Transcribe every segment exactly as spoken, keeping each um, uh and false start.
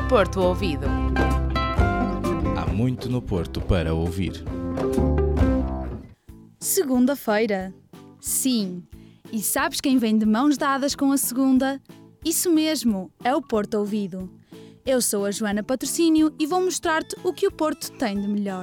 Porto Ouvido. Há muito no Porto para ouvir. Segunda-feira. Sim. E sabes quem vem de mãos dadas com a segunda? Isso mesmo, é o Porto Ouvido. Eu sou a Joana Patrocínio e vou mostrar-te o que o Porto tem de melhor.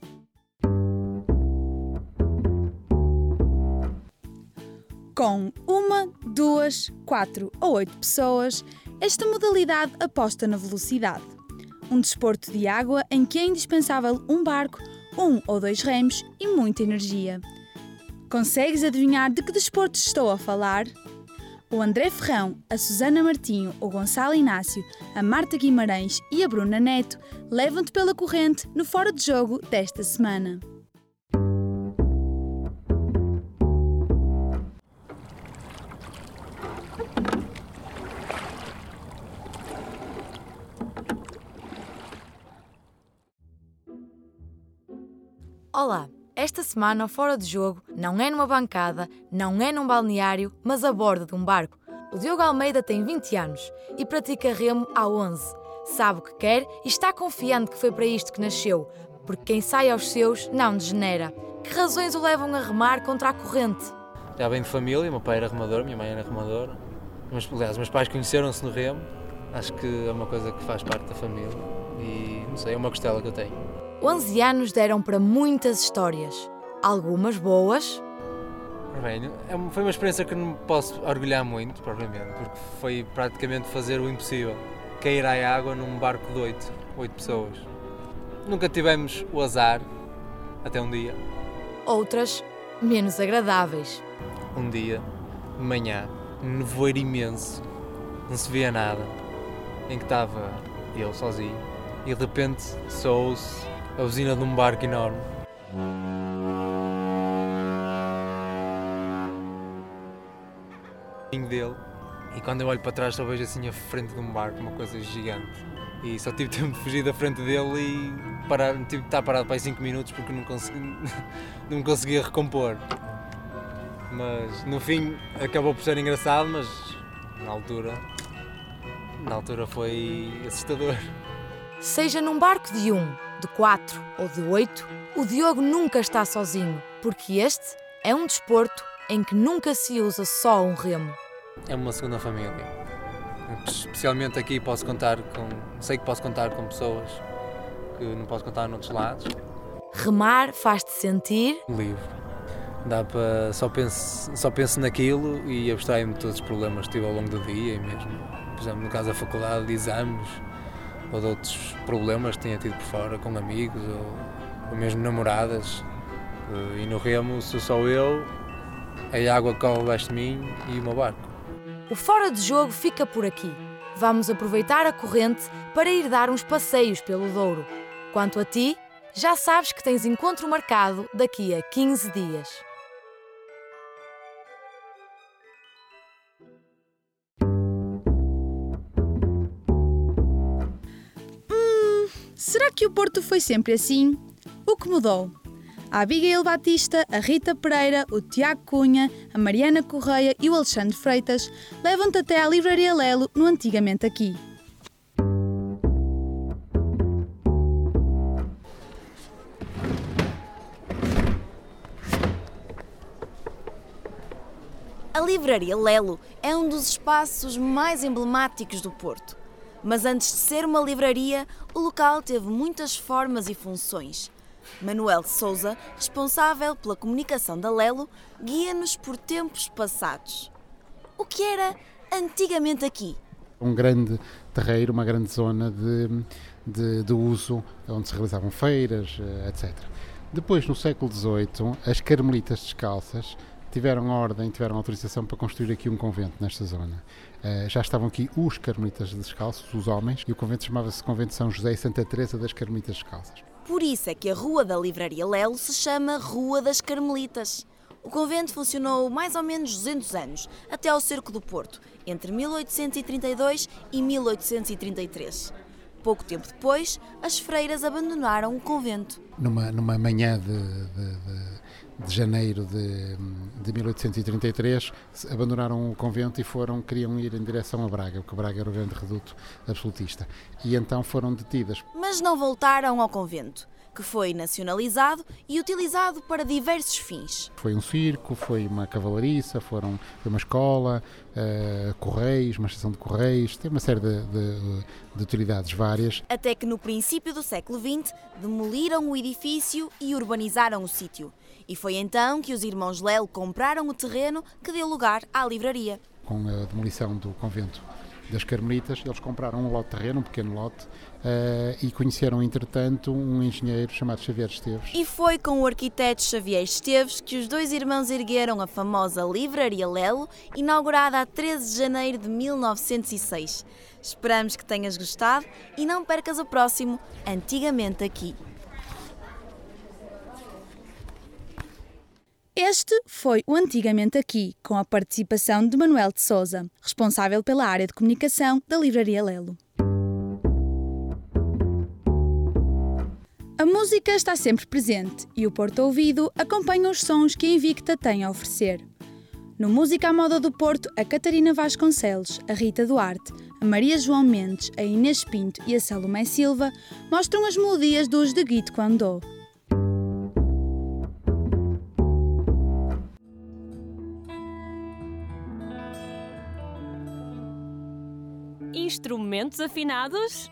Com uma, duas, quatro ou oito pessoas, esta modalidade aposta na velocidade. Um desporto de água em que é indispensável um barco, um ou dois remos e muita energia. Consegues adivinhar de que desporto estou a falar? O André Ferrão, a Susana Martinho, o Gonçalo Inácio, a Marta Guimarães e a Bruna Neto levam-te pela corrente no Fora de Jogo desta semana. Olá! Esta semana o Fora de Jogo não é numa bancada, não é num balneário, mas a bordo de um barco. O Diogo Almeida tem vinte anos e pratica remo há onze. Sabe o que quer e está confiante que foi para isto que nasceu, porque quem sai aos seus não degenera. Que razões o levam a remar contra a corrente? Já vem de família, meu pai era remador, minha mãe era remadora. Mas, aliás, meus pais conheceram-se no remo. Acho que é uma coisa que faz parte da família e, não sei, é uma costela que eu tenho. onze anos deram para muitas histórias, algumas boas. Bem, foi uma experiência que não me posso orgulhar muito, propriamente, porque foi praticamente fazer o impossível, cair à água num barco de oito, oito pessoas. Nunca tivemos o azar, até um dia. Outras, menos agradáveis. Um dia, de manhã, um nevoeiro imenso, não se via nada, em que estava eu sozinho, e de repente soou-se a buzina de um barco enorme. Dele. E quando eu olho para trás só vejo assim a frente de um barco, uma coisa gigante. E só tive tempo de fugir da frente dele e parar, tive de estar parado para aí cinco minutos porque não, consegui, não me conseguia recompor. Mas no fim acabou por ser engraçado, mas na altura, na altura foi assustador. Seja num barco de um, de quatro ou de oito, o Diogo nunca está sozinho, porque este é um desporto em que nunca se usa só um remo. É uma segunda família. Especialmente aqui posso contar com, sei que posso contar com pessoas que não posso contar noutros lados. Remar faz-te sentir livre. Dá para só penso, só penso naquilo e abstraio-me de todos os problemas que tive ao longo do dia e mesmo, por exemplo, no caso da faculdade, de exames ou de outros problemas que tenha tido por fora com amigos ou, ou mesmo namoradas. E no remo sou só eu, a água corre abaixo de mim e o meu barco. O Fora de Jogo fica por aqui. Vamos aproveitar a corrente para ir dar uns passeios pelo Douro. Quanto a ti, já sabes que tens encontro marcado daqui a quinze dias. Hum, será que o Porto foi sempre assim? O que mudou? A Abigail Batista, a Rita Pereira, o Tiago Cunha, a Mariana Correia e o Alexandre Freitas levam-te até à Livraria Lelo no Antigamente Aqui. A Livraria Lelo é um dos espaços mais emblemáticos do Porto. Mas antes de ser uma livraria, o local teve muitas formas e funções. Manuel Sousa, responsável pela comunicação da Lelo, guia-nos por tempos passados. O que era antigamente aqui? Um grande terreiro, uma grande zona de, de, de uso, onde se realizavam feiras, etcétera. Depois, no século dezoito, as Carmelitas Descalças tiveram ordem, tiveram autorização para construir aqui um convento nesta zona. Uh, já estavam aqui os Carmelitas Descalços, os homens, e o convento chamava-se Convento de São José e Santa Teresa das Carmelitas Descalças. Por isso é que a Rua da Livraria Lelo se chama Rua das Carmelitas. O convento funcionou mais ou menos duzentos anos, até ao Cerco do Porto, entre mil oitocentos e trinta e dois e mil oitocentos e trinta e três. Pouco tempo depois, as freiras abandonaram o convento. Numa, numa manhã de, de, de, de janeiro de, de mil oitocentos e trinta e três, abandonaram o convento e foram, queriam ir em direção a Braga, porque Braga era o grande reduto absolutista. E então foram detidas. Mas não voltaram ao convento, que foi nacionalizado e utilizado para diversos fins. Foi um circo, foi uma cavalariça, foram, foi uma escola, uh, correios, uma estação de correios, tem uma série de, de, de utilidades várias. Até que no princípio do século vinte demoliram o edifício e urbanizaram o sítio. E foi então que os irmãos Lelo compraram o terreno que deu lugar à livraria. Com a demolição do convento das Carmelitas, eles compraram um lote de terreno, um pequeno lote, uh, e conheceram, entretanto, um engenheiro chamado Xavier Esteves. E foi com o arquiteto Xavier Esteves que os dois irmãos ergueram a famosa Livraria Lelo, inaugurada a treze de janeiro de mil novecentos e seis. Esperamos que tenhas gostado e não percas o próximo Antigamente Aqui. Este foi o Antigamente Aqui, com a participação de Manuel de Sousa, responsável pela área de comunicação da Livraria Lelo. A música está sempre presente e o Porto Ouvido acompanha os sons que a Invicta tem a oferecer. No Música à Moda do Porto, a Catarina Vasconcelos, a Rita Duarte, a Maria João Mendes, a Inês Pinto e a Salomé Silva mostram as melodias dos de Guito Quando. Instrumentos afinados?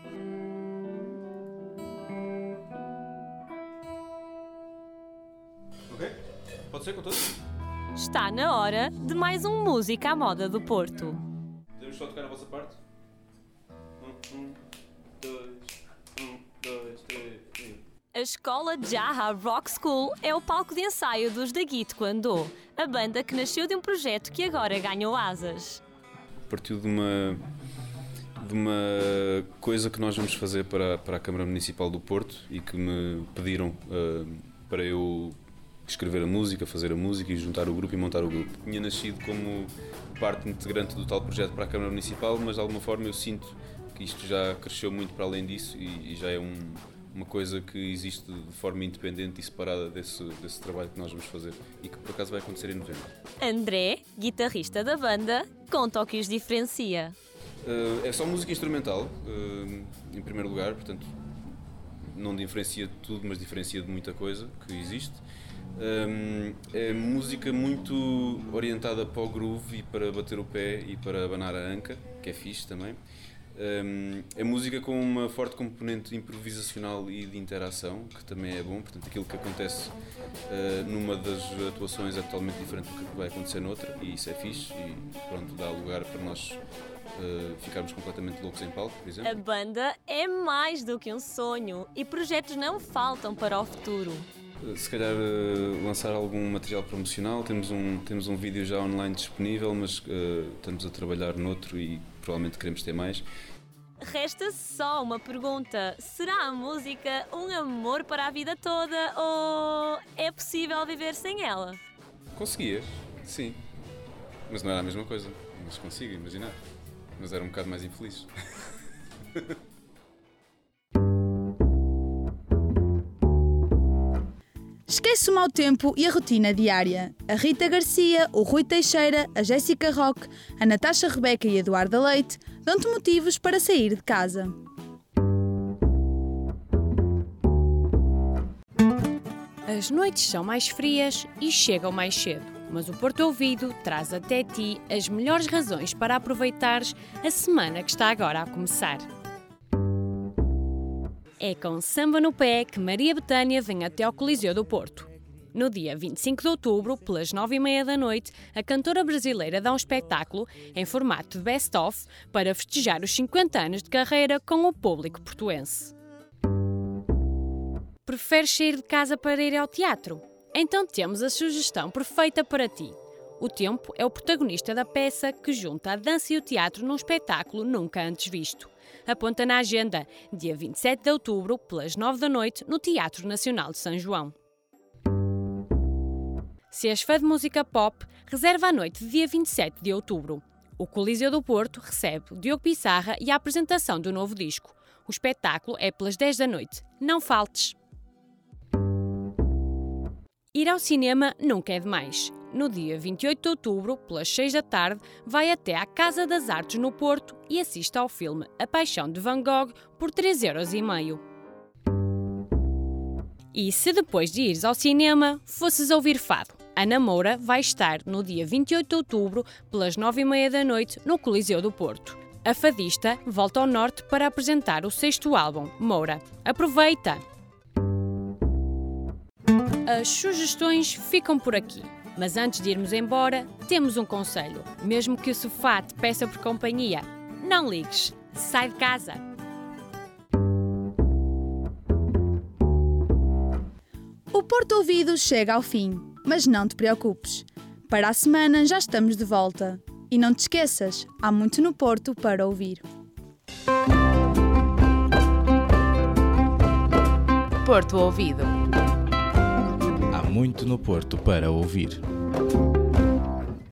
Ok? Pode ser com todos? Está na hora de mais um Música à Moda do Porto. Podemos só tocar a vossa parte? Um, um, dois, um, dois, três, e... A Escola Jaha Rock School é o palco de ensaio dos Da Guito Quando, a banda que nasceu de um projeto que agora ganhou asas. Partiu de uma... de uma coisa que nós vamos fazer para, para a Câmara Municipal do Porto e que me pediram uh, para eu escrever a música, fazer a música e juntar o grupo e montar o grupo. Tinha nascido como parte integrante do tal projeto para a Câmara Municipal, mas de alguma forma eu sinto que isto já cresceu muito para além disso e, e já é um, uma coisa que existe de forma independente e separada desse, desse trabalho que nós vamos fazer e que por acaso vai acontecer em novembro. André, guitarrista da banda, conta o que os diferencia. Uh, é só música instrumental, uh, em primeiro lugar, portanto não diferencia de tudo, mas diferencia de muita coisa que existe. Um, é música muito orientada para o groove e para bater o pé e para abanar a anca, que é fixe também. Um, é música com uma forte componente improvisacional e de interação, que também é bom, portanto aquilo que acontece uh, numa das atuações é totalmente diferente do que vai acontecer noutra e isso é fixe e pronto, dá lugar para nós Uh, ficarmos completamente loucos em palco, por exemplo. A banda é mais do que um sonho e projetos não faltam para o futuro. Uh, se calhar uh, lançar algum material promocional, temos um, temos um vídeo já online disponível, mas uh, estamos a trabalhar noutro e provavelmente queremos ter mais. Resta só uma pergunta: será a música um amor para a vida toda ou é possível viver sem ela? Conseguia, sim, mas não era a mesma coisa, mas consigo imaginar. Mas era um bocado mais infeliz. Esquece o mau tempo e a rotina diária. A Rita Garcia, o Rui Teixeira, a Jéssica Roque, a Natasha Rebeca e a Eduarda Leite dão-te motivos para sair de casa. As noites são mais frias e chegam mais cedo. Mas o Porto Ouvido traz até ti as melhores razões para aproveitares a semana que está agora a começar. É com samba no pé que Maria Bethânia vem até ao Coliseu do Porto. No dia vinte e cinco de outubro, pelas nove e meia da noite, a cantora brasileira dá um espetáculo em formato de best-of para festejar os cinquenta anos de carreira com o público portuense. Preferes sair de casa para ir ao teatro? Então temos a sugestão perfeita para ti. O tempo é o protagonista da peça que junta a dança e o teatro num espetáculo nunca antes visto. Aponta na agenda, dia vinte e sete de outubro, pelas nove da noite, no Teatro Nacional de São João. Se és fã de música pop, reserva a noite de dia vinte e sete de outubro. O Coliseu do Porto recebe o Diogo Pissarra e a apresentação do novo disco. O espetáculo é pelas dez da noite. Não faltes! Ir ao cinema nunca é demais. No dia vinte e oito de outubro, pelas seis da tarde, vai até à Casa das Artes no Porto e assiste ao filme A Paixão de Van Gogh por três euros e meio. E se depois de ires ao cinema, fosses ouvir fado, Ana Moura vai estar no dia vinte e oito de outubro, pelas nove e meia da noite, no Coliseu do Porto. A fadista volta ao norte para apresentar o sexto álbum, Moura. Aproveita! As sugestões ficam por aqui. Mas antes de irmos embora, temos um conselho. Mesmo que o sofá te peça por companhia, não ligues, sai de casa. O Porto Ouvido chega ao fim, mas não te preocupes. Para a semana já estamos de volta. E não te esqueças, há muito no Porto para ouvir. Porto Ouvido. Há muito no Porto para ouvir.